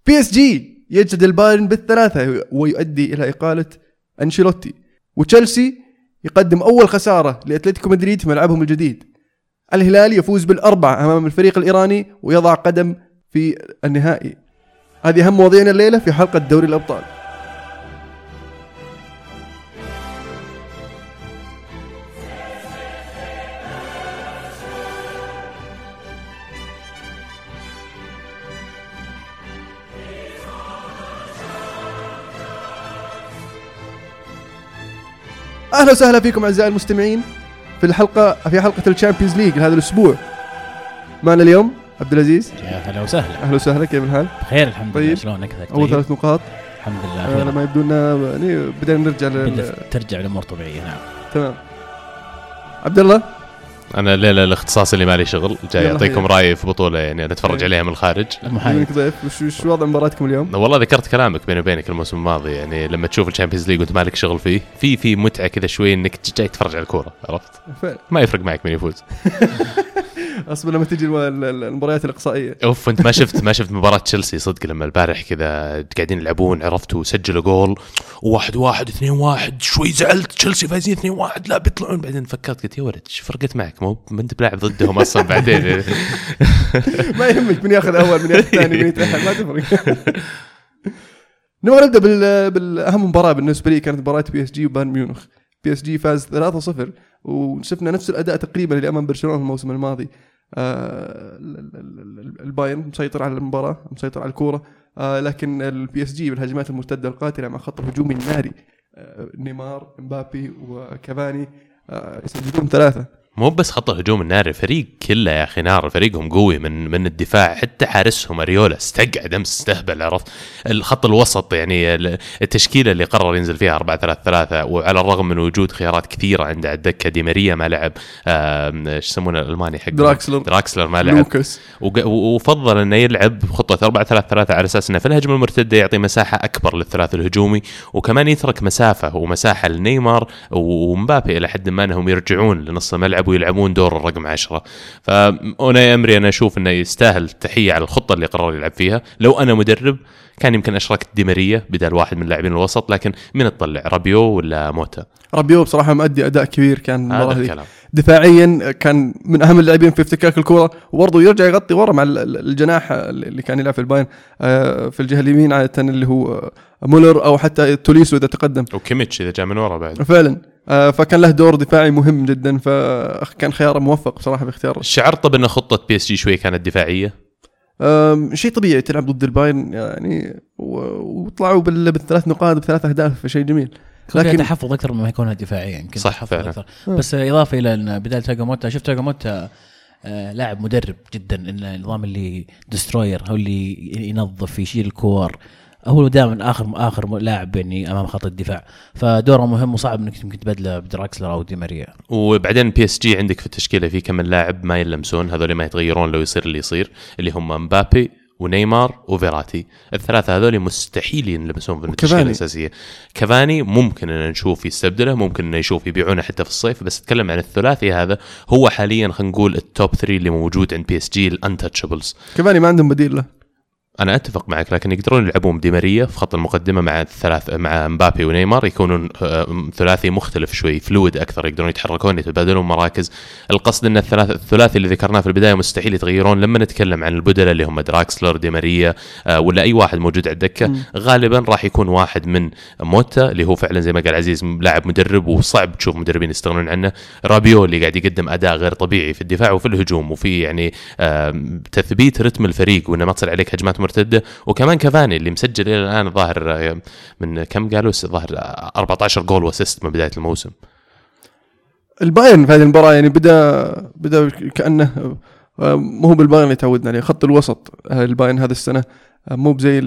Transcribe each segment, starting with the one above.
بي اس جي يجد البايرن بالثلاثة ويؤدي إلى إقالة أنشيلوتي. وتشيلسي يقدم أول خسارة لأتلتيكو مدريد في ملعبهم الجديد. الهلال يفوز بالأربعة أمام الفريق الإيراني ويضع قدم في النهائي. هذه أهم مواضيعنا الليلة في حلقة دوري الأبطال. أهلا وسهلا فيكم أعزائي المستمعين في حلقة الشامبيونز ليج هذا الأسبوع. معنا اليوم عبد العزيز. يا هلا وسهلا. أهلا وسهلا، كيف الحال؟ بخير الحمد لله. شلونك؟ أول 3 نقاط الحمد لله. لما يبدونا يعني بدأنا ترجع للأمور طبيعية. نعم تمام. عبد الله، أنا الليلة الاختصاص اللي مالي شغل جاي أعطيكم رأيي في بطولة يعني نتفرج عليها من الخارج. المحايد ضيف. وش وضع مباراتكم اليوم؟ والله ذكرت كلامك بيني وبينك الموسم الماضي، يعني لما تشوف الشامبيونز ليج وانت مالك شغل فيه في متعة كذا شوي انك جاي تتفرج على الكورة، عرفت؟ ما يفرق معك من يفوز. اصلا لما تجي المباريات الاقصائيه. اوف، انت ما شفت مباراه تشيلسي صدق لما البارح كذا قاعدين يلعبون، عرفتوا سجلوا جول 1-1 2-1 شوي زعلت تشيلسي فايزين 2-1 لا بيطلعون، بعدين فكرت قلت يا ولد ايش فرقت معك؟ مو انت بلاعب ضدهم اصلا بعدين. ما يهمك من ياخذ اول من ياخذ ثاني من يتاهل، ما تفرق. نبدأ بالاهم مباراه بالنسبه لي، كانت مباراه بي اس جي وبايرن ميونخ. بي اس جي فاز 3-0 وشفنا نفس الاداء تقريبا اللي امام برشلونه الموسم الماضي. البايرن مسيطر على المباراه، مسيطر على الكوره، لكن البي اس جي بالهجمات المرتده القاتله مع خط الهجوم الناري، نيمار مبابي وكافاني يسجلون 3. مو بس خط الهجوم الناري، فريق كله يا اخي نار، فريقهم قوي من الدفاع، حتى حارسهم اريولا استقعد امس استهبل، عرفت؟ الخط الوسط يعني التشكيله اللي قرر ينزل فيها 4-3-3، وعلى الرغم من وجود خيارات كثيره عند الدكه، دي ماريا ما لعب، ايش يسمونه الالماني حق دراكسلر ما لعب، وفضل انه يلعب خطه 4-3-3 على اساس انه في الهجمه المرتده يعطي مساحه اكبر للثلاث الهجومي، وكمان يترك مسافه ومساحه لنيمار ومبابي الى حد ما انهم يرجعون لنص الملعب ويلعبون دور الرقم 10. فأنا أمري أنا أشوف أنه يستاهل تحية على الخطة اللي قرر يلعب فيها. لو أنا مدرب كان يمكن أشركت دي ماريا بدل واحد من اللاعبين الوسط، لكن من تطلع رابيو ولا موتا؟ رابيو بصراحة مؤدي أداء كبير، كان دفاعيا كان من أهم اللاعبين في افتكاك الكرة، وبرضه يرجع يغطي ورا مع الجناح اللي كان يلعب في الباين في الجهة اليمين عادة اللي هو مولر أو حتى توليسو إذا تقدم، وكيميتش إذا جاء من ورا بعد فعلا. فكان له دور دفاعي مهم جدا، فكان خيار موفق بصراحة باختياره. شعرت بأن خطة بي اس جي شوي كانت دفاعية، شيء طبيعي تلعب ضد البايرن يعني، وطلعوا بالثلاث نقاط ب3 أهداف، شيء جميل، لكن تحفظ أكثر مما يكون دفاعيا يمكن. صح فعلا. بس إضافة إلى بداية تاغو موتا، شفت تاغو موتا لاعب مدرب جدا، النظام اللي دستروير هو اللي ينظف يشيل الكور، هو دائما آخر لاعب يعني أمام خط الدفاع، فدوره مهم وصعب إنك ممكن تبدله بدراكسلر أو دي ماريا. وبعدين بي اس جي عندك في التشكيلة في كم لاعب ما يلمسون، هذول ما يتغيرون لو يصير اللي يصير، اللي هم مبابي ونيمار وفيراتي، الثلاثة هذول مستحيل ينلمسون في التشكيلة الأساسية. كافاني ممكن أن نشوف يستبدله، ممكن أن يشوف يبيعونه حتى في الصيف، بس أتكلم عن الثلاثي هذا هو حاليا خلينا نقول التوب 3 اللي موجود عند بي اس جي، الانتاتشبلز. كافاني ما عندهم بديل له. أنا أتفق معك، لكن يقدرون يلعبون دي ماريا في خط المقدمة مع مبابي ونيمار، يكونون ثلاثي مختلف شوي، فلويد أكثر، يقدرون يتحركون يتبادلون مراكز. القصد أن الثلاثي اللي ذكرناه في البداية مستحيل يتغيرون لما نتكلم عن البدلة اللي هم دراكسلر دي ماريا ولا أي واحد موجود على الدكة. غالبا راح يكون واحد من موتا اللي هو فعلا زي ما قال عزيز لاعب مدرب وصعب تشوف مدربين يستغنون عنه، رابيو اللي قاعد يقدم أداء غير طبيعي في الدفاع وفي الهجوم وفي يعني تثبيت رتم الفريق وإنه ما تصل عليك هجمات مرتدة، وكمان كافاني اللي مسجل إلى الآن ظاهر من كم قالوا ظاهر 14 جول واسيست من بداية الموسم. البايرن في هذه المباراة يعني بدأ كأنه مو بالبايرن اللي تعودنا عليه، خط الوسط البايرن هذا السنة مو بزي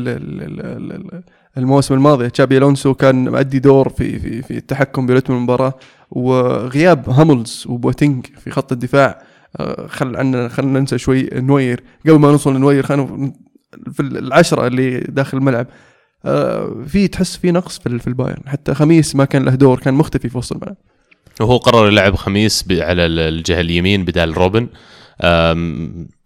الموسم الماضي. تشابي ألونسو كان مؤدي دور في التحكم برتم المباراة، وغياب هاملز وبوتينج في خط الدفاع خلنا ننسى شوي نوير. قبل ما نوصل لنوير خلينا في 10 اللي داخل الملعب في تحس في نقص في البايرن. حتى خميس ما كان له دور، كان مختفي في وسط الملعب، وهو قرر يلعب خميس على الجهة اليمين بدال روبن.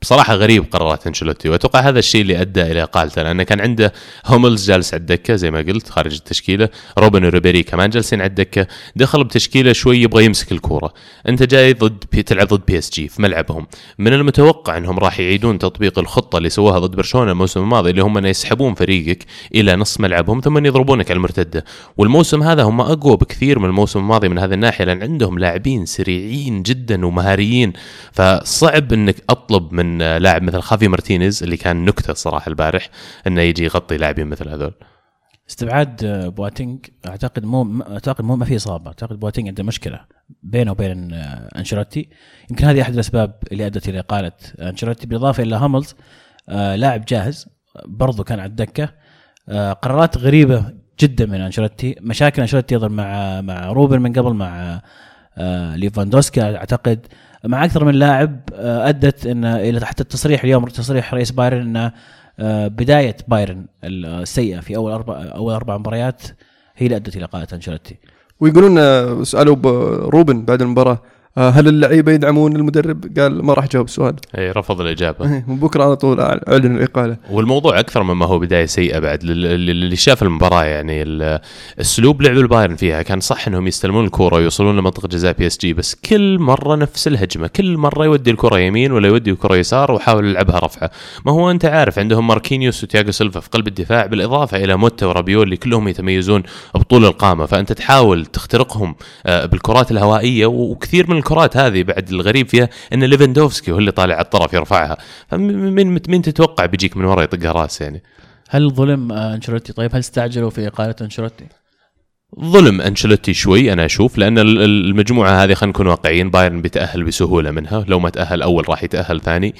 بصراحة غريب قرارات أنشيلوتي، وأتوقع هذا الشيء اللي أدى إلى إقالته، لأنه كان عنده هوملز جالس على الدكة زي ما قلت خارج التشكيلة، روبن وريبيري كمان جالسين على الدكة، دخل بتشكيلة شوي يبغى يمسك الكورة. أنت جاي تلعب ضد PSG في ملعبهم، من المتوقع أنهم راح يعيدون تطبيق الخطة اللي سووها ضد برشلونة الموسم الماضي، اللي هم أن يسحبون فريقك إلى نص ملعبهم ثم يضربونك على المرتدة. والموسم هذا هم أقوى بكثير من الموسم الماضي من هذه الناحية، لأن عندهم لاعبين سريعين جدا ومهاريين، فصعب أنك أطلب من لاعب مثل خافي مارتينيز اللي كان نكتة صراحة البارح انه يجي يغطي لاعبين مثل هذول. استبعاد بواتينج اعتقد ما في اصابه، اعتقد بواتينج عنده مشكله بينه وبين انشيلوتي، يمكن هذه احد الاسباب اللي ادت الى اقاله انشيلوتي، بالاضافه الى هاملز لاعب جاهز برضو كان على الدكه. قرارات غريبه جدا من انشيلوتي، مشاكل انشيلوتي ايضا مع روبن من قبل، مع ليفاندوسكي اعتقد، مع اكثر من لاعب، ادت ان الى حتى التصريح اليوم، تصريح رئيس بايرن ان بدايه بايرن السيئه في اول اربع مباريات هي اللي ادت الى اقاله انشيلوتي. ويقولون سالوا روبن بعد المباراه هل اللعيبه يدعمون المدرب؟ قال ما راح جاوب السؤال، اي رفض الاجابه. وبكره على طول اعلن الاقاله. والموضوع اكثر مما هو بدايه سيئه بعد اللي شاف المباراه، يعني الاسلوب لعب البايرن فيها كان صح انهم يستلمون الكره ويوصلون لمنطقه جزاء PSG، بس كل مره نفس الهجمه، كل مره يودي الكره يمين ولا يودي الكره يسار وحاول يلعبها رفعه. ما هو انت عارف عندهم ماركينيوس وتياغو سيلفا في قلب الدفاع، بالاضافه الى موتا ورابيولي كلهم يتميزون بطول القامه، فانت تحاول تخترقهم بالكرات الهوائيه، وكثير من الكرات هذه بعد الغريب فيها ان ليفاندوفسكي هو اللي طالع على الطرف يرفعها، فمن تتوقع بيجيك من ورا يطقها راس يعني. هل ظلم انشيلوتي؟ طيب هل استعجلوا في اقاله انشيلوتي؟ ظلم أنشيلوتي شوي أنا أشوف، لأن المجموعة هذه خلينا نكون واقعيين، بايرن بيتأهل بسهولة منها، لو ما تأهل أول راح يتأهل ثاني.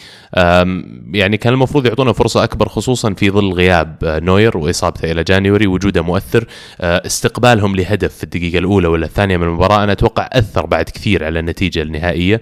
يعني كان المفروض يعطونا فرصة أكبر، خصوصا في ظل غياب نوير وإصابته إلى جانيوري، وجوده مؤثر. استقبالهم لهدف في الدقيقة الأولى ولا الثانية من المباراة أنا أتوقع أثر بعد كثير على النتيجة النهائية.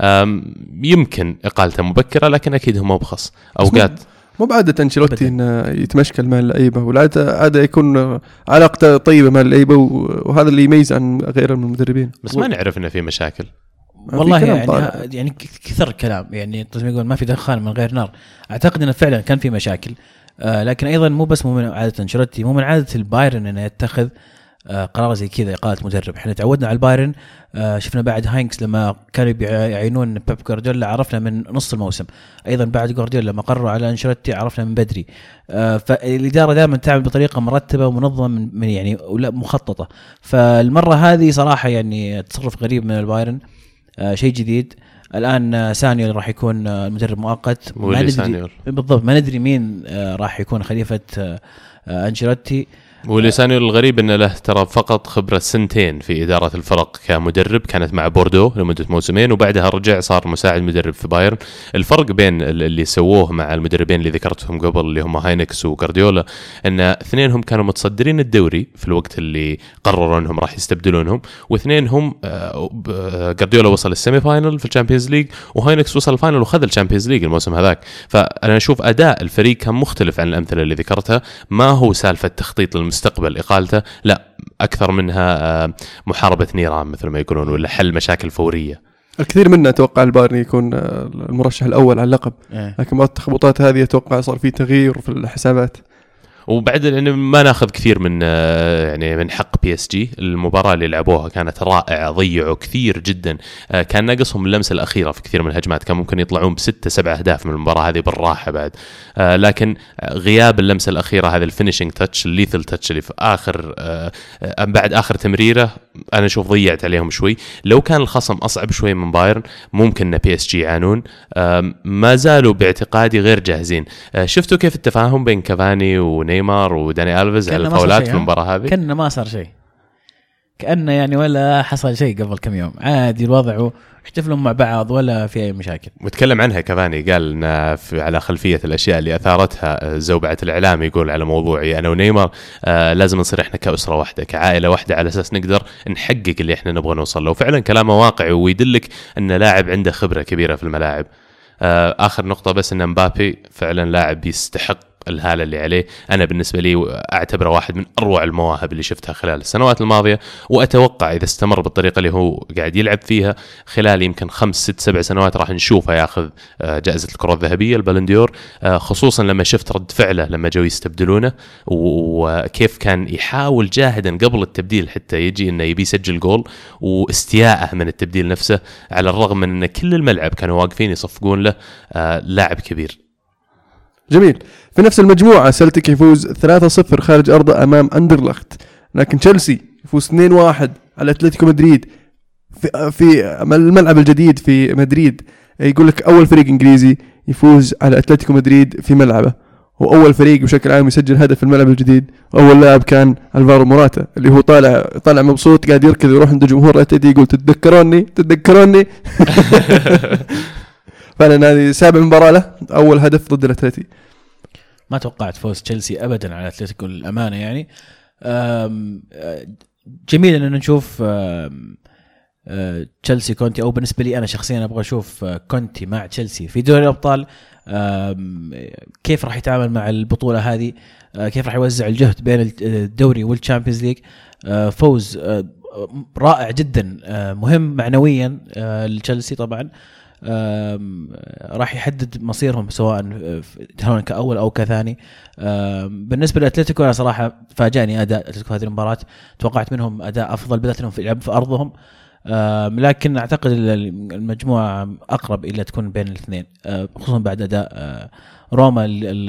يمكن إقالته مبكرة، لكن أكيد هم بخص أوقات. مو بعادة أنشيلوتي إنه يتمشكل مع اللعيبة، والعادة يكون علاقته طيبة مع اللعيبة، وهذا اللي يميز عن غيره من المدربين. بس ما نعرف إنه في مشاكل والله، يعني كثر الكلام، يعني يقول ما في دخان من غير نار. أعتقد إنه فعلا كان في مشاكل، لكن أيضا مو من عادة أنشيلوتي، مو من عادة البايرن إنه يتخذ قرار زي كذا إقالة مدرب. احنا تعودنا على البايرن، شفنا بعد هاينكس لما كانوا يعينون بيب جوارديولا عرفنا من نص الموسم، ايضا بعد جوارديولا لما قرروا على انشيلوتي عرفنا من بدري. فالاداره دائما تعمل بطريقه مرتبه ومنظمه من يعني مخططه. فالمره هذه صراحه يعني تصرف غريب من البايرن، شيء جديد. الان سانيول راح يكون المدرب مؤقت، ما ندري بالضبط، ما ندري مين راح يكون خليفه انشيلوتي. ولسانه الغريب انه له ترى فقط خبره 2 سنين في اداره الفرق كمدرب، كانت مع بوردو لمده موسمين وبعدها رجع صار مساعد مدرب في بايرن. الفرق بين اللي سووه مع المدربين اللي ذكرتهم قبل اللي هم هاينكس وغارديولا ان اثنينهم كانوا متصدرين الدوري في الوقت اللي قرروا انهم راح يستبدلونهم، واثنين هم غارديولا وصل السيمي فاينل في الشامبيونز ليج، وهاينكس وصل الفاينل وخذ الشامبيونز ليج الموسم هذاك. فانا اشوف اداء الفريق كان مختلف عن الامثله اللي ذكرتها، ما هو سالفه تخطيط المستقبل إقالته، لا أكثر منها محاربة نيران مثل ما يقولون، ولا حل مشاكل فورية. الكثير منا أتوقع البايرن يكون المرشح الأول على اللقب، لكن بعد التخبطات هذه أتوقع صار في تغيير في الحسابات. وبعد يعني ما ناخذ كثير من يعني من حق PSG، المباراة اللي لعبوها كانت رائعة، ضيعوا كثير جدا، كان ناقصهم اللمسة الأخيرة في كثير من الهجمات، كان ممكن يطلعون ب6-7 أهداف من المباراة هذه بالراحة بعد، لكن غياب اللمسة الأخيرة هذا الفينيشنج تاتش، الليثل تاتش اللي في آخر بعد آخر تمريرة، أنا أشوف ضيعت عليهم شوي. لو كان الخصم أصعب شوي من بايرن ممكن ان PSG يعانون، ما زالوا باعتقادي غير جاهزين. شفتوا كيف التفاهم بين كافاني ونيمار وداني ألفيز على الفاولات في المباراة هذه؟ كأنه ما صار شيء، كأنه يعني ولا حصل شيء قبل كم يوم، عادي الوضع، يحتفلون مع بعض ولا في أي مشاكل. وتكلم عنها كافاني، قال إن على خلفية الأشياء اللي أثارتها زوبعة الإعلام، يقول على موضوعي أنا ونيمار لازم نصير إحنا كأسرة واحدة كعائلة واحدة على أساس نقدر نحقق اللي إحنا نبغى نوصل له. وفعلا كلامه واقعي ويدلك أن لاعب عنده خبرة كبيرة في الملاعب. آخر نقطة بس، إن مبابي فعلا لاعب يستحق الهالة اللي عليه. أنا بالنسبة لي أعتبره واحد من أروع المواهب اللي شفتها خلال السنوات الماضية، وأتوقع إذا استمر بالطريقة اللي هو قاعد يلعب فيها خلال يمكن 5 6 7 سنوات راح نشوفه ياخذ جائزة الكرة الذهبية البالنديور، خصوصا لما شفت رد فعله لما جو يستبدلونه وكيف كان يحاول جاهدا قبل التبديل حتى يجي إنه يبي يسجل جول، واستياءه من التبديل نفسه على الرغم من أن كل الملعب كانوا واقفين يصفقون له. لاعب كبير. جميل. في نفس المجموعة سلتيك يفوز 3-0 خارج أرضه أمام أندرلخت، لكن تشيلسي يفوز 2-1 على أتلتيكو مدريد في الملعب الجديد في مدريد. يقول لك أول فريق إنجليزي يفوز على أتلتيكو مدريد في ملعبه، وأول فريق بشكل عام يسجل هدف في الملعب الجديد، وأول لاعب كان ألفارو موراتا اللي هو طالع مبسوط قاعد يركض ويروح عند جمهور أتلتيكو يقول تتذكروني فعلا هذه سابع مباراة له، أول هدف ضد الأتلتي. ما توقعت فوز تشيلسي أبدا على أتلتيكو الأمانة يعني. جميل أن نشوف تشيلسي كونتي، أو بالنسبة لي أنا شخصيا أبغى أشوف كونتي مع تشيلسي في دوري الأبطال. كيف راح يتعامل مع البطولة هذه، كيف راح يوزع الجهد بين الدوري والتشامبيونز ليج. فوز رائع جدا، مهم معنويا لتشيلسي طبعا. راح يحدد مصيرهم سواء هون كأول أو كثاني. بالنسبة لأتلتيكو أنا صراحة فاجأني أداء أتلتيكو هذه المباراة، توقعت منهم أداء أفضل بدأت لهم في لعب في أرضهم، لكن أعتقد المجموعة أقرب إلا تكون بين الاثنين، خصوصا بعد أداء روما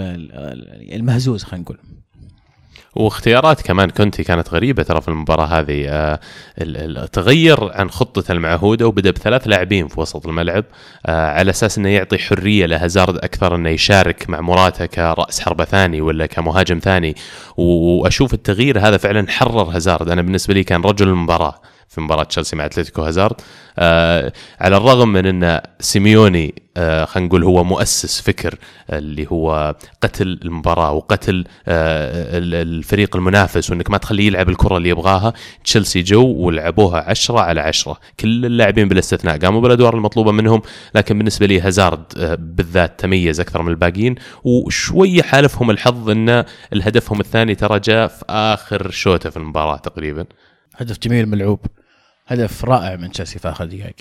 المهزوز خلينا نقول. واختيارات كمان كونتي كانت غريبة ترى في المباراة هذه. تغير عن خطته المعهودة وبدأ ب3 لاعبين في وسط الملعب على أساس أنه يعطي حرية لهازارد أكثر أنه يشارك مع موراتا كرأس حربة ثاني ولا كمهاجم ثاني. وأشوف التغيير هذا فعلا حرر هازارد. أنا بالنسبة لي كان رجل المباراة في مباراة تشيلسي مع أتلتيكو هازارد. على الرغم من أن سيميوني خلينا نقول هو مؤسس فكر اللي هو قتل المباراة وقتل الفريق المنافس وأنك ما تخليه يلعب الكرة اللي يبغاها. تشيلسي جو ولعبوها 10 على 10، كل اللاعبين بلا استثناء قاموا بالأدوار المطلوبة منهم، لكن بالنسبة لي هازارد بالذات تميز أكثر من الباقيين، وشوية حالفهم الحظ أن الهدفهم الثاني ترى جاء في آخر شوطة في المباراة تقريبا. هدف جميل ملعوب، هدف رائع من تشيلسي في آخر دقائق.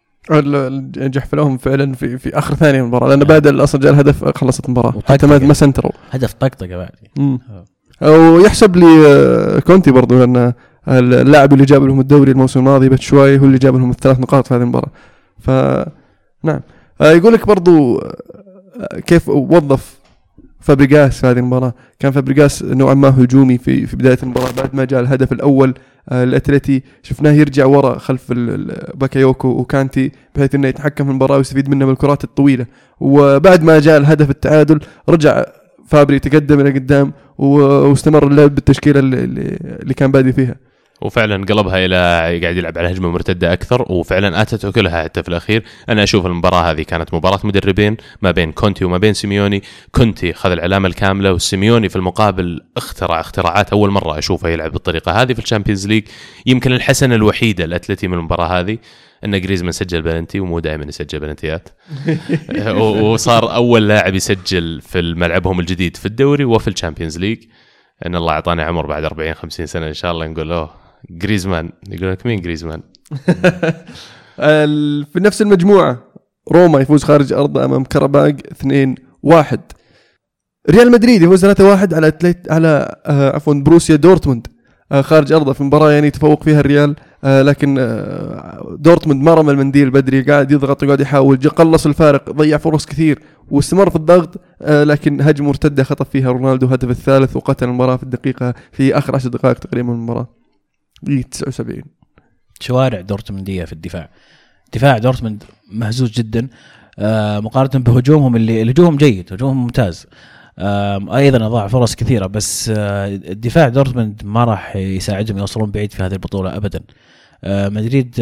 نجح لهم فعلا في آخر ثانية من المباراة، لأن بعد الأصل جاء الهدف خلصت المباراة حتى ما سنتروا. هدف طقطقة بعد. ويحسب لي كونتي برضو، لأن اللاعب اللي جاب لهم الدوري الموسم الماضي بتشواي هو اللي جاب لهم ال3 نقاط في هذه المباراة. فنعم يقول لك برضو كيف وظف فابريغاس في هذه المباراة. كان فابريغاس نوعا ما هجومي في بداية المباراة، بعد ما جاء الهدف الأول الأتلتي شفناه يرجع وراء خلف باكايوكو وكانتي بحيث انه يتحكم في المباراة ويستفيد منه بالكرات الطويلة. وبعد ما جاء الهدف التعادل رجع فابري تقدم إلى قدام واستمر اللعب بالتشكيلة اللي كان بادي فيها، وفعلا قلبها إلى قاعد يلعب على هجمة مرتدة أكثر، وفعلا أتت كلها حتى في الأخير. أنا أشوف المباراة هذه كانت مباراة مدربين ما بين كونتي وما بين سيميوني. كونتي خذ العلامة الكاملة، والسيميوني في المقابل اخترع اختراعات أول مرة أشوفه يلعب بالطريقة هذه في الشامبيونز ليج. يمكن الحسنة الوحيدة الأتلتي من المباراة هذه أن جريزمان سجل بلنتي، ومو دائما يسجل بلنتيات وصار أول لاعب يسجل في ملعبهم الجديد في الدوري وفي الشامبيونز ليج. أن الله أعطاني عمر بعد 40-50 سنة إن شاء الله نقول له جريزمان. يقول لك مين جريزمان؟ في نفس المجموعة روما يفوز خارج أرضه أمام كرباغ 2-1. ريال مدريد يفوز 3-1 على بروسيا دورتموند خارج أرضه في مباراة يعني تفوق فيها الريال، لكن دورتموند ما رمى المنديل بدري، قاعد يضغط وقاعد يحاول، قلص الفارق، ضيع فرص كثير واستمر في الضغط، لكن هجمة مرتدة خطف فيها رونالدو هدف الثالث وقتل المباراة في آخر 10 دقائق تقريبا من المباراة. 79 شوارع دورتموندية في الدفاع. دفاع دورتموند مهزوز جدا مقارنة بهجومهم اللي هجومهم جيد، هجومهم ممتاز، أيضا أضاع فرص كثيرة، بس الدفاع دورتموند ما راح يساعدهم يوصلون بعيد في هذه البطولة أبدا. مدريد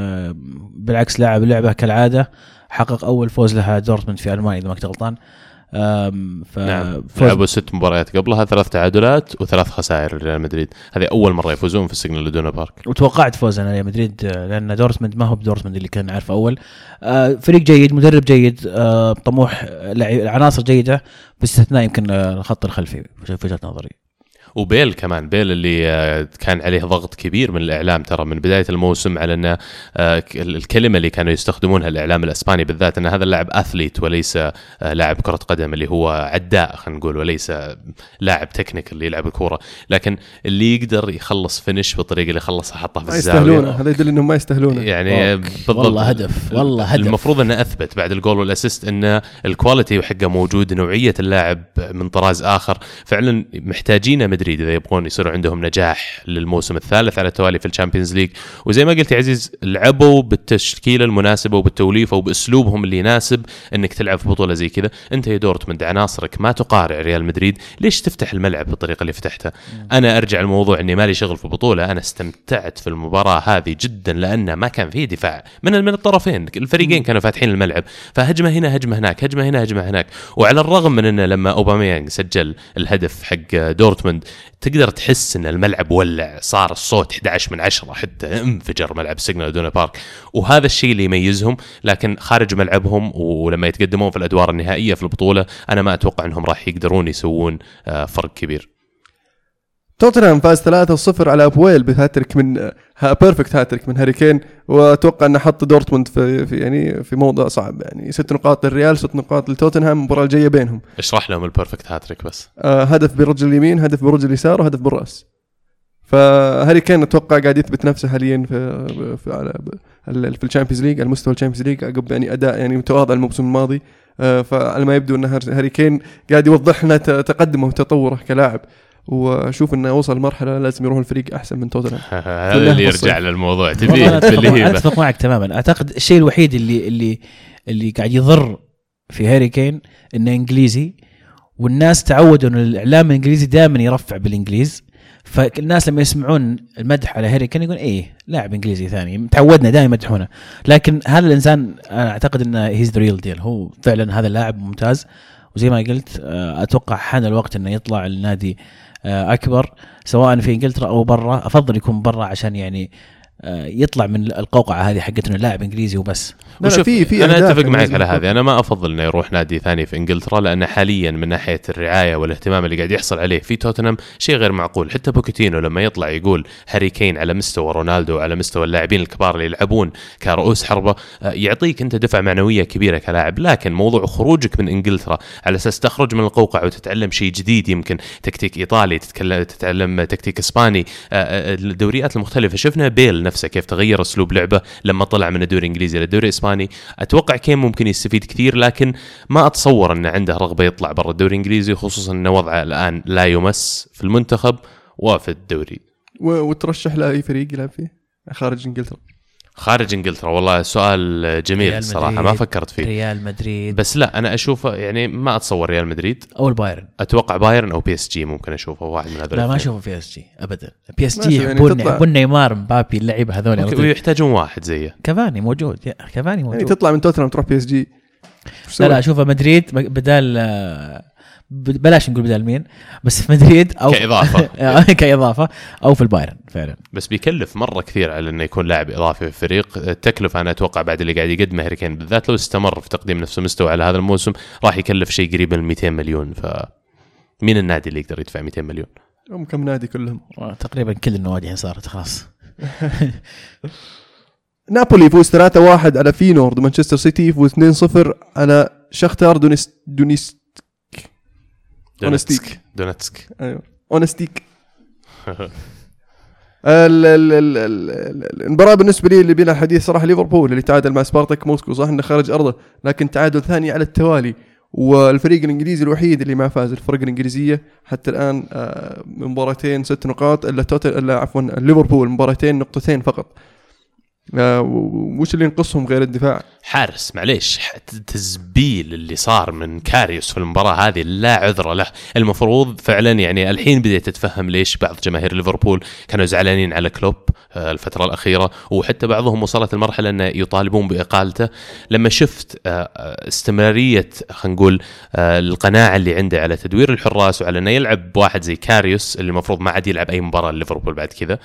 بالعكس لاعب لعبة كالعادة، حقق أول فوز لها دورتموند في ألمانيا إذا ما كنت غلطان. نعم. لعبوا 6 مباريات قبلها 3 تعادلات و3 خسائر ريال مدريد. هذه اول مره يفوزون في السيجنال إدونا بارك. وتوقعت فوز انا ريال مدريد لان دورتموند ما هو بدورتموند اللي كان عارفه اول. فريق جيد، مدرب جيد، طموح، عناصر جيده باستثناء يمكن الخط الخلفي في وجهه نظري. وبيل كمان، بيل اللي كان عليه ضغط كبير من الإعلام ترى من بداية الموسم على أن الكلمة اللي كانوا يستخدمونها الإعلام الإسباني بالذات أن هذا اللاعب أثليت وليس لاعب كرة قدم اللي هو عداء خلينا نقول، وليس لاعب تكنيكال اللي يلعب الكرة، لكن اللي يقدر يخلص فينش بالطريقة اللي خلصها حطها في الزاوية. هذا يدل إنهم ما يستاهلونه يعني بالضبط. والله هدف، والله هدف. المفروض أنه أثبت بعد الجول والأسيست أن الكواليتي حقه موجود، نوعية اللاعب من طراز آخر. فعلا محتاجين مدريد إذا يبغون يصيروا عندهم نجاح للموسم الثالث على التوالي في الشامبيونز ليج. وزي ما قلت يا عزيز، لعبوا بالتشكيلة المناسبة وبالتوليفة وبأسلوبهم اللي يناسب أنك تلعب في بطولة زي كذا. أنت يا دورتموند عناصرك ما تقارع ريال مدريد، ليش تفتح الملعب بالطريقة اللي فتحتها؟ أنا أرجع الموضوع أني مالي شغل في بطولة، أنا استمتعت في المباراة هذه جدا لأن ما كان فيه دفاع من الطرفين، الفريقين كانوا فاتحين الملعب، فهجمة هنا هجمة هناك، هجمة هنا هجمة هناك. وعلى الرغم من أن لما أوباميانغ سجل الهدف حق دورتموند تقدر تحس ان الملعب ولع، صار الصوت 11/10، حتى انفجر ملعب سيجنال إدونا بارك، وهذا الشيء اللي يميزهم. لكن خارج ملعبهم ولما يتقدمون في الادوار النهائيه في البطوله انا ما اتوقع انهم راح يقدرون يسوون فرق كبير. توتنهام فاز 3-0 على أبويل بهاتريك من بيرفكت هاتريك من هاري كين، واتوقع انه حط دورتموند في يعني في موضع صعب. يعني 6 نقاط للريال، 6 نقاط لتوتنهام، المباراه الجايه بينهم. اشرح لهم البيرفكت هاتريك بس. هدف برجل اليمين، هدف برجل اليسار، وهدف بالراس. فهاري كين اتوقع قاعد يثبت نفسه حاليا في الشامبيونز ليج، على مستوى الشامبيونز ليج، عقب يعني اداء يعني متواضع الموسم الماضي. فعلى ما يبدو ان هاري كين قاعد يوضح لنا تقدمه وتطوره كلاعب، واشوف انه وصل مرحله لازم يروح الفريق احسن من توتنهام. هذا اللي يرجع للموضوع تبيه اتفق معك تماما. اعتقد الشيء الوحيد اللي قاعد يضر في هاري كين انه انجليزي، والناس تعودوا ان الاعلام الانجليزي دائما يرفع بالانجليز، فالناس لما يسمعون المدح على هاري كين يقول ايه لاعب انجليزي ثاني، تعودنا دائما يمدحونه. لكن هذا الانسان انا اعتقد انه هيز ذا ريل ديل، هو فعلا هذا اللاعب ممتاز. وزي ما قلت اتوقع حان الوقت انه يطلع النادي اكبر سواء في انجلترا او برا. افضل يكون برا عشان يعني يطلع من القوقعه هذه حقت انه لاعب انجليزي وبس. في انا اتفق معك على هذه. انا ما افضل انه يروح نادي ثاني في انجلترا، لان حاليا من ناحيه الرعايه والاهتمام اللي قاعد يحصل عليه في توتنهام شيء غير معقول. حتى بوكيتينو لما يطلع يقول هاري كين على مستوى رونالدو وعلى مستوى اللاعبين الكبار اللي يلعبون كرؤوس حربه، يعطيك انت دفع معنويه كبيره كلاعب. لكن موضوع خروجك من انجلترا على اساس تخرج من القوقعه وتتعلم شيء جديد، يمكن تكتيك ايطالي، تتعلم تكتيك اسباني، الدوريات المختلفه. شفنا بيل نفسه كيف تغير اسلوب لعبه لما طلع من الدوري الانجليزي للدوري الاسباني. اتوقع كين ممكن يستفيد كثير، لكن ما اتصور ان عنده رغبه يطلع برا الدوري الانجليزي، خصوصا ان وضعه الان لا يمس في المنتخب وفي الدوري. وترشح له اي فريق يلعب فيه خارج انجلترا؟ خارج انجلترا والله سؤال جميل صراحه، ما فكرت فيه. ريال مدريد بس لا، انا اشوفه يعني ما اتصور ريال مدريد او البايرن. اتوقع بايرن او بي اس جي ممكن اشوفه واحد من هذول. لا ما اشوفه في اس جي ابدا. بي اس جي يحبون نيمار مبابي اللعيبه هذول، ويحتاجون واحد زيه. كافاني موجود يعني تطلع من توتنهام تروح بي اس جي. لا اشوفه مدريد بدال، بلاش نقول بدال مين، بس في مدريد او كإضافة او في البايرن فعلا. بس بيكلف مره كثير على انه يكون لاعب اضافي في الفريق. التكلفه انا اتوقع بعد اللي قاعد يقدمه هاري كين بالذات، لو استمر في تقديم نفس المستوى على هذا الموسم راح يكلف شيء قريب من 200 مليون. فمين النادي اللي يقدر يدفع 200 مليون؟ كم نادي كلهم تقريبا كل النوادي صارت خلاص. نابولي يفوز 3-1 على فينورد، ومانشستر سيتي يفوز 2-0 على شختار دونستيك. ايوه اونستيك. المباراة بالنسبة لي اللي بينها الحديث صراحة ليفربول اللي تعادل مع سبارتاك موسكو، صح انه خارج ارضه لكن تعادل ثاني على التوالي، والفريق الانجليزي الوحيد اللي ما فاز. الفرق الانجليزيه حتى الان مباراتين 6 نقاط، الا ليفربول مباراتين 2 نقطتين فقط. وش اللي ينقصهم غير الدفاع؟ حارس معليش، تزبيل اللي صار من كاريوس في المباراة هذه لا عذر له. المفروض فعلا يعني الحين بديت تتفهم ليش بعض جماهير ليفربول كانوا زعلانين على كلوب الفترة الأخيرة، وحتى بعضهم وصلت المرحلة أنه يطالبون بإقالته لما شفت استمرارية خلينا نقول القناعة اللي عنده على تدوير الحراس وعلى أنه يلعب بواحد زي كاريوس اللي المفروض ما عاد يلعب أي مباراة ليفربول بعد كذا.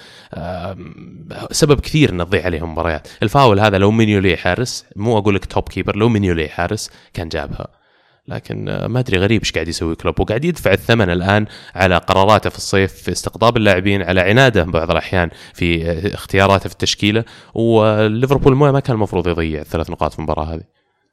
سبب كثير أن تضيع عليهم مباريات. الفاول هذا لو مينيولي حارس، مو أقول لك توب كيبر، لو مينيولي حارس كان جابها، لكن ما أدري غريب إيش قاعد يسوي كلوب، وقاعد يدفع الثمن الآن على قراراته في الصيف في استقطاب اللاعبين، على عناده بعض الأحيان في اختياراته في التشكيلة. وليفربول ما كان المفروض يضيع 3 نقاط في المباراة هذه.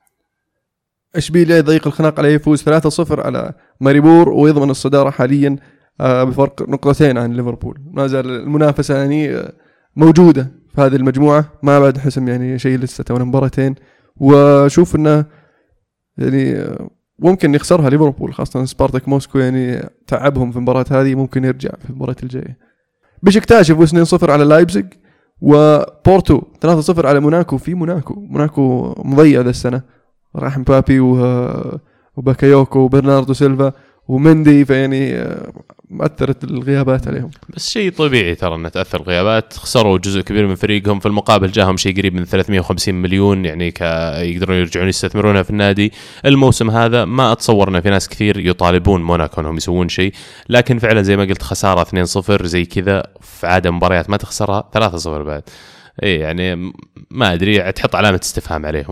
إشبيلية يضيق الخناق عليه، يفوز 3-0 على ماريبور ويضمن الصدارة حاليا بفرق 2 نقطة عن ليفربول. ما زال المنافسة يعني موجودة في هذه المجموعة، ما بعد حسم يعني شيء لسه تونا مباراتين، وشوف إنه يعني ممكن يخسرها ليفربول، خاصة سبارتاك موسكو يعني تعبهم في المباراة هذه، ممكن يرجع في المباراة الجاية. بشكتاش يفوز 2-0 على لايبزيغ، وبورتو 3-0 على موناكو. في موناكو مضيع ذا السنة، راح مبابي وباكايوكو وبرناردو سيلفا ومندي، فيعني مؤثرت الغيابات عليهم. بس شيء طبيعي ترى أن تأثر الغيابات. خسروا جزء كبير من فريقهم، في المقابل جاهم شيء قريب من 350 مليون يعني يقدرون يرجعون يستثمرونها في النادي. الموسم هذا ما أتصورنا في ناس كثير يطالبون موناكو أنهم يسوون شيء، لكن فعلا زي ما قلت خسارة 2-0 زي كذا في عادة مباريات ما تخسرها 3-0 بعد. إيه يعني ما أدري، تحط علامة استفهام عليهم.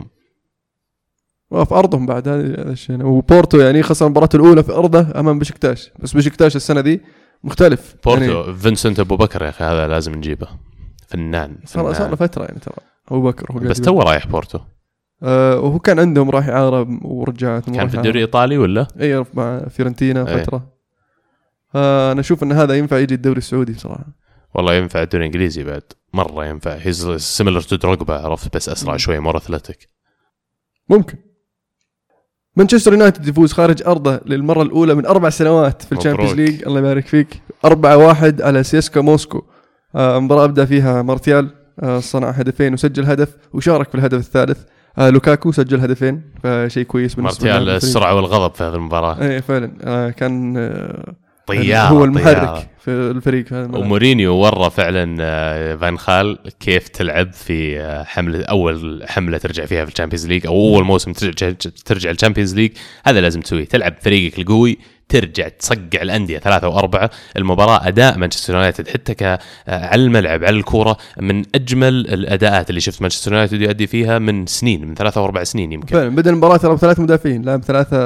وفي أرضهم بعد هذا الشيء. وبورتو يعني خسر المباراة الأولى في أرضه أمام بشكتاش، بس بشكتاش السنة دي مختلف. بورتو يعني فينسنت أبو بكر يا أخي هذا لازم نجيبه، فنان. صار له فترة يعني ترى أبو بكر هو بس تو رايح بورتو. وهو كان عندهم راح إعارة ورجع كان في الدوري الإيطالي ولا؟ أي مع فيورنتينا فترة. أنا أشوف أن هذا ينفع يجي الدوري السعودي بصراحة. والله ينفع الدوري الإنجليزي بعد مرة ينفع. هيز سيميلر تو دروجبا، عرفت، بس أسرع شوي، مور أثلتيك. ممكن. مانشستر يونايتد يفوز خارج أرضه للمرة الأولى من 4 سنوات في الشامبيونز ليج، الله يبارك فيك، 4-1 على سيسكا موسكو. مباراة أبدأ فيها مارتيال، صنع هدفين وسجل هدف وشارك في الهدف الثالث. لوكاكو سجل هدفين، فشيء كويس بالنسبة مارتيال. السرعة والغضب في هذه المباراة. ايه فعلا. كان طيار، هو المحرك في الفريق. ومورينيو ورى فعلا فان خال كيف تلعب في حملة، أول حملة ترجع فيها في الشامبيونز ليج، أو أول موسم ترجع الشامبيونز ليج. هذا لازم تسويه، تلعب فريقك القوي، ترجع تصقع الأندية 3 و4. المباراة أداء مانشستر يونايتد حتى على الملعب على الكورة من أجمل الأداءات اللي شفت مانشستر يونايتد يؤدي فيها من سنين، من 3 و4 سنين يمكن. فعلا بدأ المباراة ترى ب3 مدافعين، لعب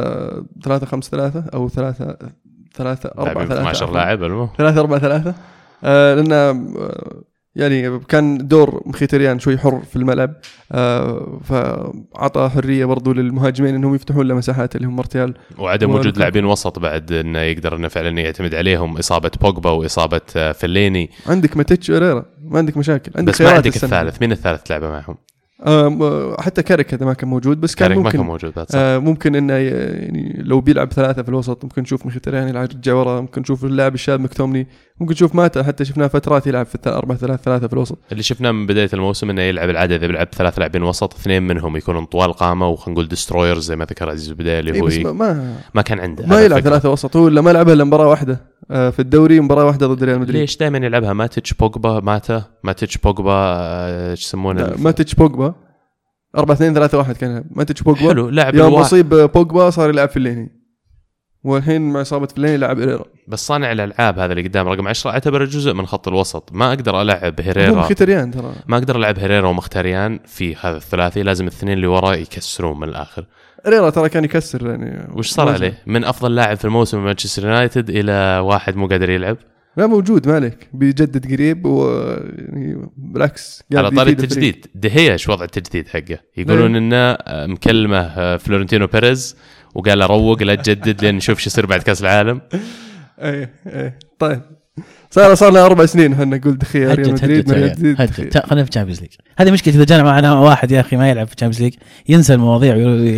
3-5-3 أو 3-4-3 12 لاعب 3-4-3. لأن يعني كان دور مخيتريان شوي حر في الملعب، فعطى حرية برضو للمهاجمين انهم يفتحون له مساحات اللي هم مارتيال، وعدم وجود لاعبين وسط بعد انه يقدر انه فعلا يعتمد عليهم. اصابة بوجبا واصابة فيليني، عندك ماتيتش وريرا، ما عندك مشاكل، عندك بس ما عندك الثالث. مين الثالث لعبه معهم؟ حتى كاريك هذا ما كان موجود، بس كان ممكن موجود ممكن انه يعني لو بيلعب 3 في الوسط ممكن نشوف مخيتريان يرجع ورا، ممكن نشوف اللاعب الشاب مكتومني، ممكن نشوف ماتا، حتى شفناه فترات يلعب في 4-3-3 في الوسط. اللي شفناه من بداية الموسم انه يلعب العادة اذا بيلعب 3 لاعبين وسط، 2 منهم يكونوا طوال قامة وخلينا نقول دسترويرز زي ما ذكر عزيز البداية اللي هو ما كان عنده، ما يلعب 3 وسط. هو ما لعبها الا مباراة واحدة في الدوري، مباراة واحدة ضد ريال مدريد. ليش دائما يلعبها ماتيتش بوجبا ماتيتش بوجبا ايش يسمونه؟ ماتيتش بوجبا 4-2-3-1 كان ماتيتش بوجبا. حلو، لاعب يوم مصيب بوجبا صار يلعب في الليني، والحين مع إصابة في الليني يلعب هيريرا. بس صانع الألعاب هذا اللي قدام رقم 10 اعتبره جزء من خط الوسط. ما أقدر ألعب هيريرا ومختاريان، ترى ما أقدر ألعب هيريرا ومختاريان في هذا الثلاثي، لازم الاثنين اللي وراء يكسرون من الآخر. هيريرا ترى كان يكسر يعني. وش صار عليه؟ من أفضل لاعب في الموسم مانشستر يونايتد إلى واحد مو قادر يلعب. لا موجود مالك، بيجدد قريب يعني بالعكس. على طاري التجديد، دهية ايش وضع التجديد حقه؟ يقولون انه مكلمه فلورنتينو بيريز وقال له روق لا تجدد لين نشوف شو يصير بعد كاس العالم. اي طيب صار لنا 4 سنين احنا نقول دخية ريال مدريد خلينا في الشامبيونز ليج. هذه مشكلة إذا جانا معنا واحد يا أخي ما يلعب في الشامبيونز ليج ينسى المواضيع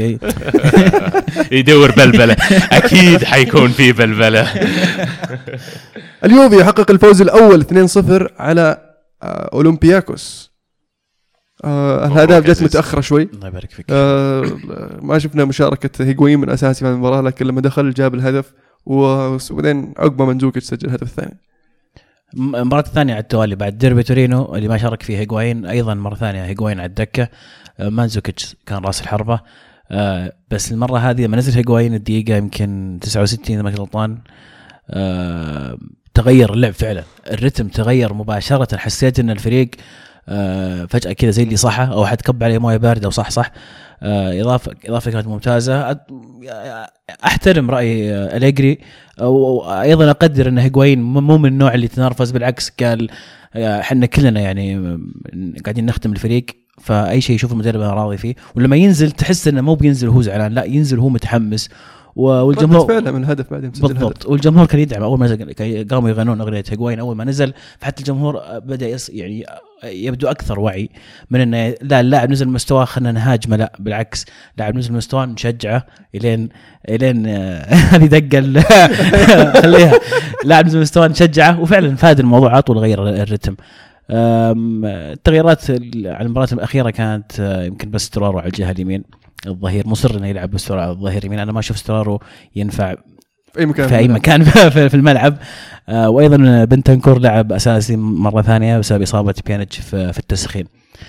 يدور بلبلة. أكيد حيكون في بلبلة. اليوفي يحقق الفوز الأول 2-0 على أولمبياكوس. الهدف جت متأخرة شوي، الله يبارك فيك. ما شفنا مشاركة هيغوين من أساسي في المباراة، لكن لما دخل جاب الهدف، وبعدين عقبه منزوكيتش سجل الهدف الثاني. المباراة الثانية على التوالي بعد ديربي تورينو اللي ما شارك فيه هيغوايين، أيضا مرة ثانية هيغوايين على الدكة، مانزوكيتش كان راس الحربة. بس المرة هذه لما نزل هيغوايين الدقيقة يمكن 69 إذا ما كنت غلطان، تغير اللعب فعلا، الرتم تغير مباشرة. حسيت إن الفريق فجأة كذا زي اللي صحة أو حد كب عليه موية باردة وصح. إضافة كانت ممتازة. أحترم رأي أليجري، وأيضا أقدر أن هيغوايين مو من النوع اللي تنرفز، بالعكس قال حنا كلنا يعني قاعدين نخدم الفريق، فأي شيء يشوف المدرب أنا راضي فيه. ولما ينزل تحس إنه مو بينزل هو زعلان، لا ينزل هو متحمس، والجمهور فعلا من الهدف بعدين بالضبط. والجمهور كان يدعم اول ما نزل، قاموا يغنون اغنيه هيغوايين اول ما نزل، فحتى الجمهور بدا يعني يبدو اكثر وعي من انه لا اللاعب نزل مستواه خلينا نهاجمه، لا بالعكس لاعب نزل مستواه نشجعه الين هذه دقه خليها لاعب نزل مستواه نشجعه، وفعلا فاد الموضوع عطوا غير الرتم. التغييرات على المباراة الأخيرة كانت يمكن بس استرارو على الجهة اليمين، الظهير مصر انه يلعب باسترارو على الظهير اليمين. انا ما اشوف استرارو ينفع في اي مكان في الملعب. وايضا بنتنكور لعب اساسي مرة ثانية بسبب اصابة بيانيتش في التسخين.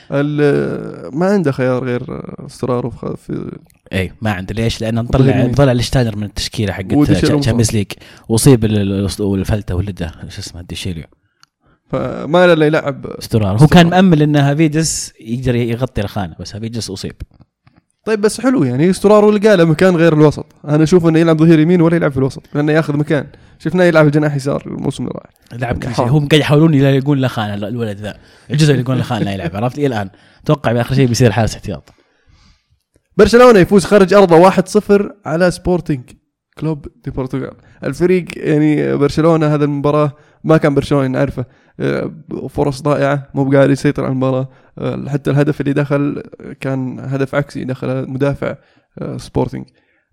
ما عنده خيار غير استرارو في ما عنده. ليش؟ لأنه نطلع الاشتاينر من التشكيلة حقت تشامبيونز ليج، وصيب الفلتة ولده شو اسمه ديشيليو، فما لا يلعب استرارو. هو كان مأمل ان هافيدس يقدر يغطي الخانة، بس هافيدس اصيب. طيب بس حلو يعني استرارو لقى له مكان غير الوسط. انا اشوف انه يلعب ظهير يمين ولا يلعب في الوسط، لانه ياخذ مكان. شفناه يلعب الجناح يسار الموسم اللي راح، لعب كل شيء. هم قاعد يحاولون يقول له خانه الولد ذا، الجزء اللي يقول له خانه لا يلعب. عرفت لي الان اتوقع باخر شيء بيصير حارس احتياط. برشلونه يفوز خارج ارضه 1-0 على سبورتينج كلوب دي بورتغال. الفريق يعني برشلونه هذا المباراه ما كان برشلونه نعرفه، فرص ضائعه، مو قادر يسيطر على المباراه. حتى الهدف اللي دخل كان هدف عكسي، دخل مدافع سبورتينج.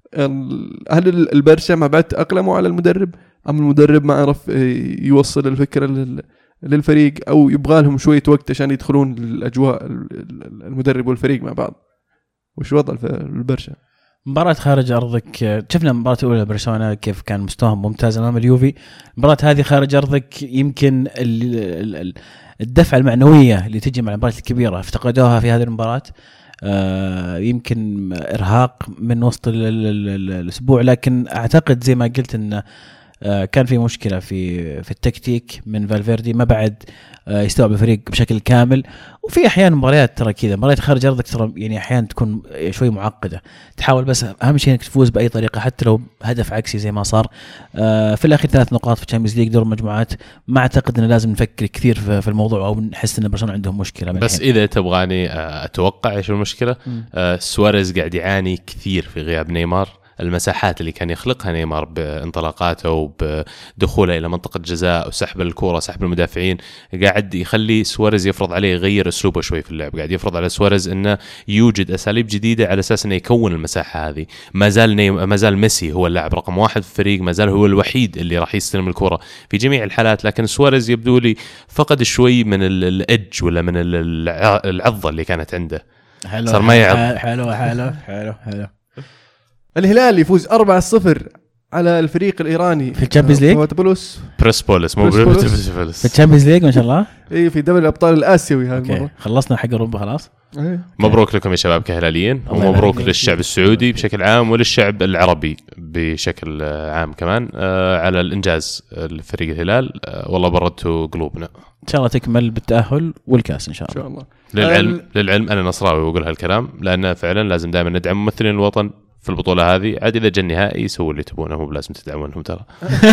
هل البرشا ما بعد تأقلموا على المدرب، أم المدرب ما عرف يوصل الفكرة للفريق، أو يبغى لهم شوية وقت عشان يدخلون الأجواء المدرب والفريق مع بعض؟ وش وضع البرشا؟ مباراة خارج أرضك، شفنا مباراة الأولى برشلونة كيف كان مستواهم ممتاز أمام اليوفي. المباراة هذه خارج أرضك يمكن الدفعة المعنوية اللي تجي مع المباراة الكبيرة افتقدوها في هذه المباراة. يمكن إرهاق من وسط الأسبوع، لكن أعتقد زي ما قلت إن كان في مشكلة في التكتيك من فالفيردي، ما بعد يستوعب الفريق بشكل كامل. وفي أحيان مباريات ترى كذا، مباريات خارج أرضك ترى يعني أحيان تكون شوي معقدة، تحاول بس أهم شيء إنك تفوز بأي طريقة حتى لو هدف عكسي زي ما صار في الأخير. 3 نقاط في تشامبيونز ليج دور المجموعات، ما أعتقد إن لازم نفكر كثير في الموضوع أو نحس إن برشلونة عندهم مشكلة. بس إذا تبغاني أتوقع إيش المشكلة، سواريز قاعد يعاني كثير في غياب نيمار. المساحات اللي كان يخلقها نيمار بانطلاقاته وبدخوله إلى منطقة جزاء وسحب الكرة سحب المدافعين، قاعد يخلي سواريز يفرض عليه يغير أسلوبه شوي في اللعب، قاعد يفرض على سواريز إنه يوجد أساليب جديدة على أساس إنه يكون المساحة هذه. ما زال ميسي هو اللاعب رقم 1 في الفريق، ما زال هو الوحيد اللي راح يستلم الكرة في جميع الحالات، لكن سواريز يبدو لي فقد شوي من الإدج ولا من العضة اللي كانت عنده. صار ما يعض. حلو. الهلال يفوز 4-0 على الفريق الإيراني في الشامبيونز ليج، بريسبوليس مو في الشامبيونز ليج ما شاء الله. في دوري الأبطال الآسيوي هالمرة. خلصنا حق أوروبا خلاص. مبروك لكم يا شباب كهلاليين، ومبروك للشعب السعودي بشكل عام وللشعب العربي بشكل عام كمان على الإنجاز الفريق الهلال. والله بردتوا قلوبنا، إن شاء الله تكمل بالتأهل والكاس إن شاء الله. للعلم أنا نصراوي وأقول هالكلام، لأن فعلا لازم دائما ندعم ممثلين الوطن في البطولة هذه. عاد إذا جاء النهائي يسوي اللي تبونه، مو بلازم تدعمونهم ترى.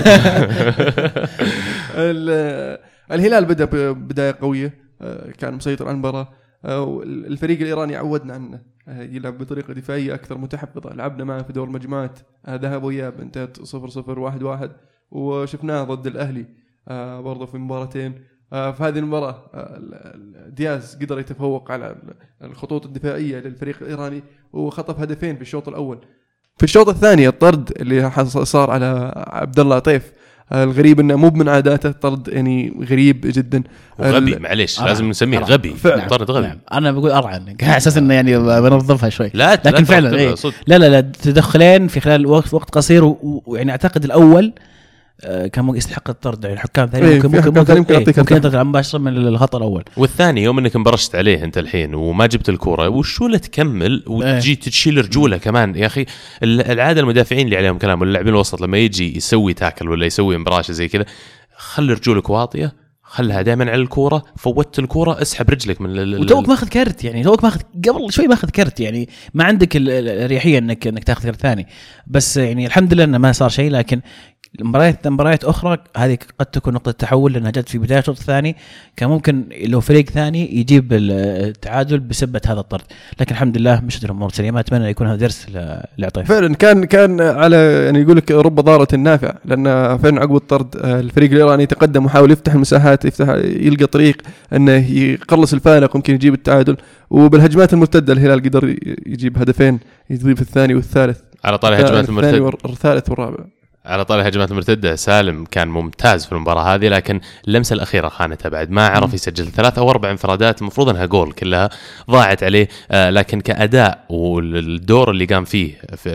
الهلال بدأ بداية قوية، كان مسيطر على المباراة. الفريق الإيراني عودنا عنه يلعب بطريقة دفاعية أكثر متحفظة. لعبنا معه في دور المجموعات، ذهب وإياب، انتهت 0-0 1-1، وشفناه ضد الأهلي برضه في مباراتين. في هذه المباراة دياز قدر يتفوق على الخطوط الدفاعية للفريق الإيراني وخطف هدفين في الشوط الأول. في الشوط الثاني الطرد اللي صار على عبد الله عطيف، الغريب انه مو من عاداته، طرد يعني غريب جدا، غبي. معليش لازم نسميه غبي، طرد غبي. انا بقول ارعن على اساس انه يعني بنظفها شوي، لكن فعلا إيه؟ لا تدخلين في خلال وقت قصير، ويعني اعتقد الاول كان ممكن يستحق الطرد. يعني الحكام ثاني ممكن يطرد مباشرة من الخطأ الأول. والثاني يوم انك مبرشت عليه انت الحين وما جبت الكرة وشو لا تكمل وتجي تشيل رجوله كمان. يا اخي العاده المدافعين اللي عليهم كلام واللاعبين الوسط لما يجي يسوي تاكل ولا يسوي مبراشه زي كذا خلي رجولك واطيه، خلها دائما على الكوره، فوتت الكوره اسحب رجلك من وتوك ماخذ كرت. يعني توك ماخذ قبل شوي ماخذ كرت، يعني ما عندك الاريحيه انك تاخذ كرت ثاني. بس يعني الحمد لله انه ما صار شيء. لكن مباريات اخرى هذه قد تكون نقطه تحول، لانها جت في بدايه الشوط الثاني. كان ممكن لو فريق ثاني يجيب التعادل بسبه هذا الطرد، لكن الحمد لله مشت الامور سليمه. اتمنى يكون هذا درس لعطيف. فعلا كان على يعني يقول لك رب ضاره نافع، لان فعلا عقب الطرد الفريق الايراني تقدم وحاول يفتح المساحات، يلقى طريق انه يقلص الفارق وممكن يجيب التعادل. وبالهجمات المرتده الهلال قدر يجيب هدفين، يضيف الثاني والثالث. على طاري هجمات المرتده والثالث والرابع. على طاري الهجمات المرتدة سالم كان ممتاز في المباراة هذه، لكن اللمسة الأخيرة خانتها بعد ما عرف يسجل 3 أو 4 انفرادات المفروض أنها جول كلها ضاعت عليه. لكن كأداء والدور اللي قام فيه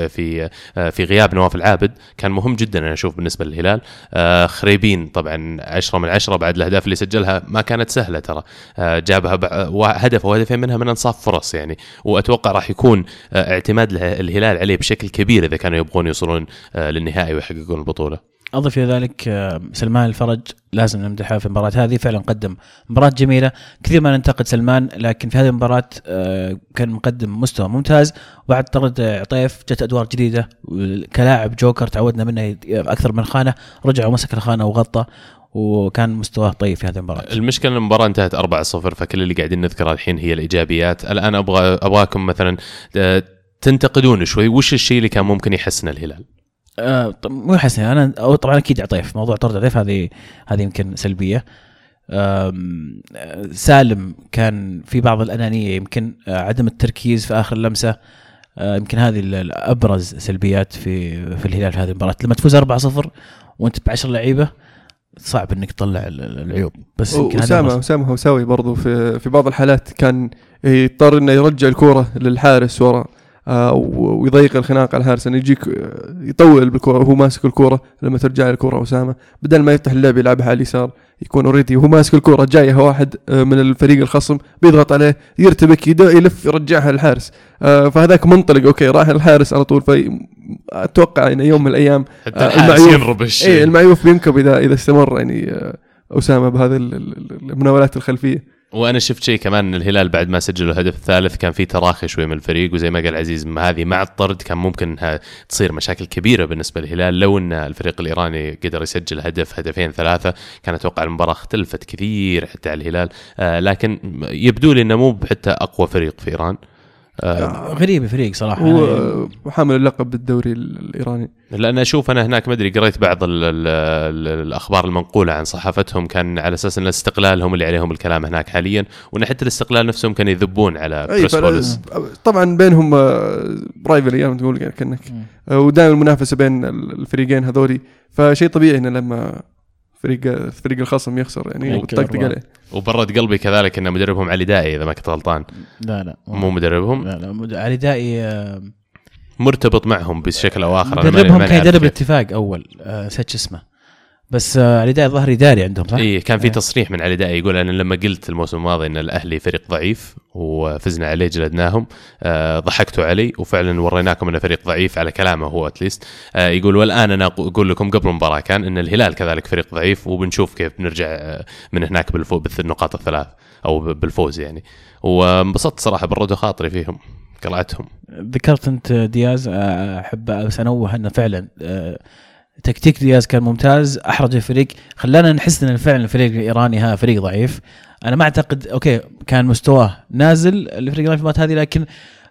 في غياب نواف العابد كان مهم جدا أنا أشوف بالنسبة للهلال. خريبين طبعا 10 من 10 بعد الأهداف اللي سجلها ما كانت سهلة ترى، جابها هدف وهدفين منها من انصاف فرص يعني. وأتوقع راح يكون اعتماد الهلال عليه بشكل كبير إذا كانوا يبغون يوصلون للنهائي ويحققون البطولة. أضف إلى ذلك سلمان الفرج لازم نمدحه في المباراة هذه، فعلا قدم مباراة جميلة. كثير ما ننتقد سلمان، لكن في هذه المباراة كان مقدم مستوى ممتاز. وبعد طرد عطيف جت أدوار جديدة كلاعب جوكر تعودنا منه أكثر من خانة، رجع ومسك الخانة وغطى، وكان مستواه طيب في هذه المباراة. المشكلة المباراة انتهت 4-0، فكل اللي قاعدين نذكره الحين هي الإيجابيات. الآن أبغاكم مثلا تنتقدون شوي وش الشيء اللي كان ممكن يحسن الهلال. مو حسن انا او طبعا اكيد عطيف، موضوع طرد عطيف هذه يمكن سلبيه. سالم كان في بعض الانانيه، يمكن عدم التركيز في اخر لمسه، يمكن هذه الابرز سلبيات في الهلال في هذه المباراه. لما تفوز 4-0 وانت ب10 لعيبه صعب انك تطلع العيوب. بس اسامه هوساوي برضو في بعض الحالات كان يضطر انه يرجع الكره للحارس ورا ويضيق الخناق على الحارس، انه يجيك يطول بالكره وهو ماسك الكره. لما ترجع الكره اسامه بدل ما يفتح اللعب يلعبها على اليسار يكون اوريدي وهو ماسك الكره جايه واحد من الفريق الخصم بيضغط عليه يرتبك يلف يرجعها للحارس. فهذاك منطلق اوكي راح الحارس على طول. فاتوقع ان يوم من الايام المعيوف بينكب اذا استمر يعني اسامه بهذه المناولات الخلفيه. وانا شفت شيء كمان ان الهلال بعد ما سجلوا الهدف الثالث كان في تراخي شوي من الفريق، وزي ما قال عزيز هذه مع الطرد كان ممكن انها تصير مشاكل كبيره بالنسبه للهلال. لو ان الفريق الايراني قدر يسجل هدف هدفين 3 كان اتوقع المباراه اختلفت كثير حتى على الهلال. لكن يبدو لي انه مو حتى اقوى فريق في ايران. غريب فريق صراحه وحامل اللقب بالدوري الايراني. لان اشوف انا هناك ما ادري قريت بعض الاخبار المنقوله عن صحافتهم كان على اساس ان الاستقلال هم اللي عليهم الكلام هناك حاليا، وان حتى الاستقلال نفسهم كانوا يذبون على بريسبوليس. طبعا بينهم رايفل ايام تقول كانك ودائما المنافسه بين الفريقين هذولي، فشيء طبيعي ان لما فريق الخصم يخسر يعني وتطقطق عليه. وبرد قلبي كذلك ان مدربهم علي دائي اذا ما كنت غلطان. لا مو مدربهم. لا علي دائي مرتبط معهم بشكل او اخر. مدربهم كان يدرب الاتفاق اول نسيت اسمه، بس علي دائي ظهر إداري عندهم صح؟ إيه كان في تصريح من علي دائي يقول أنا لما قلت الموسم الماضي إن الأهلي فريق ضعيف وفزنا عليه جلدناهم ضحكتوا علي وفعلا وريناكم إنه فريق ضعيف على كلامه هو أتليست. يقول والآن أنا أقول لكم قبل المباراة كان إن الهلال كذلك فريق ضعيف وبنشوف كيف بنرجع من هناك بالنقاط الثلاث أو بالفوز يعني. وانبسطت صراحة بالرد خاطري فيهم قلعتهم. ذكرت أنت دياز، أحب بس أنوه أنه فعلا تكتيك دياز كان ممتاز، أحرج الفريق، خلانا نحس أن فعلا الفريق الإيراني ها فريق ضعيف. أنا ما أعتقد أوكي كان مستواه نازل الفريق الإيراني في المباراة هذه، لكن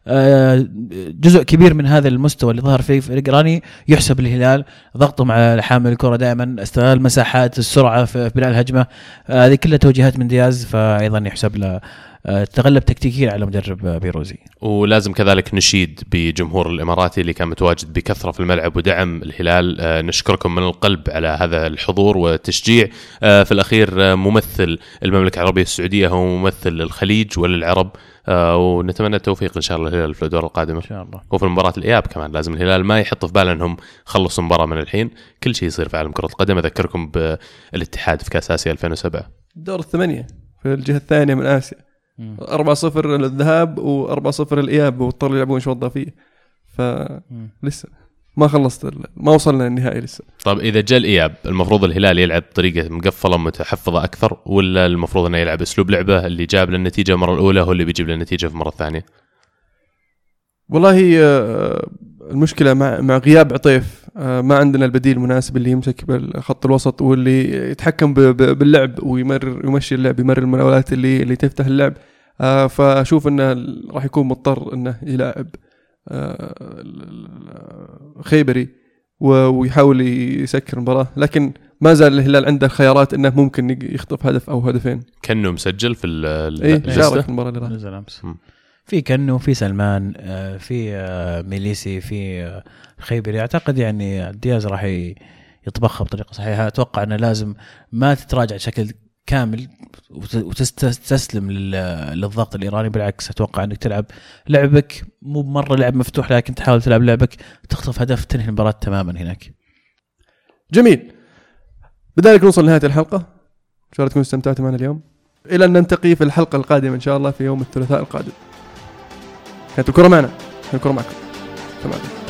جزء كبير من هذا المستوى اللي ظهر فيه فريق إيراني يحسب الهلال. ضغطهم على حامل الكرة دائما، استغلال مساحات، السرعة في بناء الهجمة، هذه كلها توجيهات من دياز، فأيضا يحسب له تغلب تكتيكيا على مدرب بيروزي. ولازم كذلك نشيد بجمهور الإماراتي اللي كان متواجد بكثرة في الملعب ودعم الهلال. نشكركم من القلب على هذا الحضور والتشجيع. في الأخير ممثل المملكة العربية السعودية هو ممثل للخليج وللعرب، ونتمنى التوفيق إن شاء الله الهلال في الأدوار القادمة إن شاء الله. وفي مباراة الإياب كمان لازم الهلال ما يحط في باله أنهم خلصوا مباراة من الحين، كل شيء يصير في عالم كرة القدم. أذكركم بالاتحاد في كأس آسيا 2007 دور الثمانية في الجهة الثانية من آسيا 4-0 للذهاب و4-0 الإياب، واضطروا يلعبون شوط إضافية، فلسه ما خلصت، ما وصلنا للنهائي لسه. طب إذا جاء الإياب المفروض الهلال يلعب طريقة مقفلة متحفظة أكثر، ولا المفروض أنه يلعب أسلوب لعبة اللي جاب للنتيجة المرة الأولى هو اللي بيجيب للنتيجة في المرة الثانية؟ والله المشكلة مع غياب عطيف ما عندنا البديل المناسب اللي يمسك بالخط الوسط واللي يتحكم باللعب ويمشي اللعب، يمرر المناولات اللي تفتح اللعب. فأشوف أنه راح يكون مضطر أنه يلاعب خيبري ويحاول يسكر المباراة، لكن ما زال الهلال عنده خيارات أنه ممكن يخطف هدف أو هدفين. كأنه مسجل في شارك في المباراة اللي نزل أمس. في كنو، في سلمان، في ميليسي، في خيبري. أعتقد يعني دياز راح يطبخها بطريقة صحيحة. أتوقع أنه لازم ما تتراجع بشكل كامل وتستسلم للضغط الإيراني، بالعكس أتوقع أنك تلعب لعبك، مو مرة لعب مفتوح، لكن تحاول تلعب لعبك تخطف هدف تنهي المباراة تماما هناك. جميل، بذلك نوصل لنهاية الحلقة. إن شاء الله تكونوا استمتعتوا معنا اليوم، إلى أن نلتقي في الحلقة القادمة إن شاء الله في يوم الثلاثاء القادم. كانت الكرة معنا، الكرة معكم. تمام.